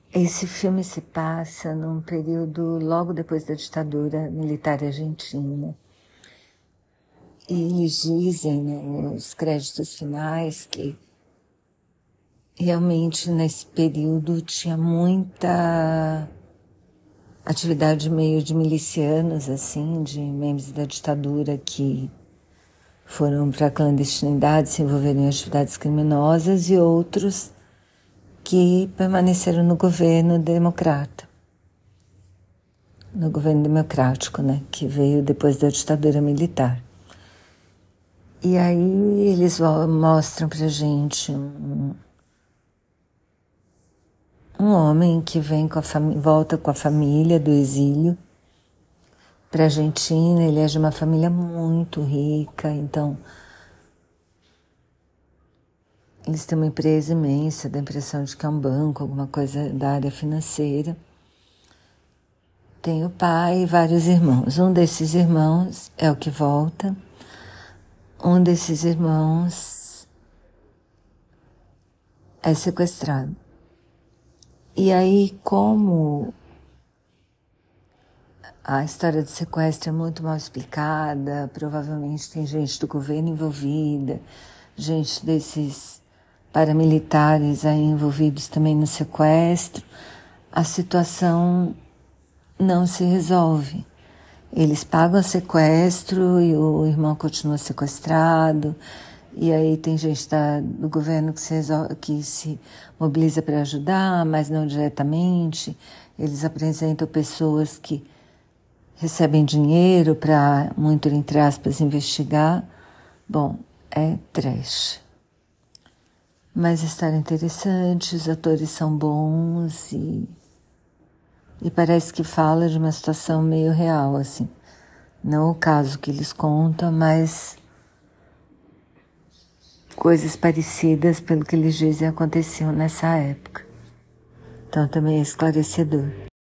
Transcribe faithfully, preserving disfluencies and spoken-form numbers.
Esse filme se passa num período logo depois da ditadura militar argentina. E eles dizem, né, nos créditos finais, que realmente nesse período tinha muita atividade meio de milicianos, assim, de membros da ditadura que foram para a clandestinidade, se envolveram em atividades criminosas, e outros que permaneceram no governo democrata, no governo democrático, né, que veio depois da ditadura militar. E aí eles mostram pra gente um, um homem que vem com a fami- volta com a família do exílio para a Argentina. Ele é de uma família muito rica, então eles têm uma empresa imensa, dá a impressão de que é um banco, alguma coisa da área financeira. Tem o pai e vários irmãos. Um desses irmãos é o que volta. Um desses irmãos é sequestrado. E aí, como a história do sequestro é muito mal explicada, provavelmente tem gente do governo envolvida, gente desses paramilitares aí envolvidos também no sequestro, a situação não se resolve. Eles pagam o sequestro e o irmão continua sequestrado. E aí tem gente da, do governo que se, resolve, que se mobiliza para ajudar, mas não diretamente. Eles apresentam pessoas que recebem dinheiro para, muito entre aspas, investigar. Bom, é trash. Mas a história é interessante, os atores são bons e... E parece que fala de uma situação meio real, assim. Não o caso que eles contam, mas coisas parecidas, pelo que eles dizem, aconteciam nessa época. Então também é esclarecedor.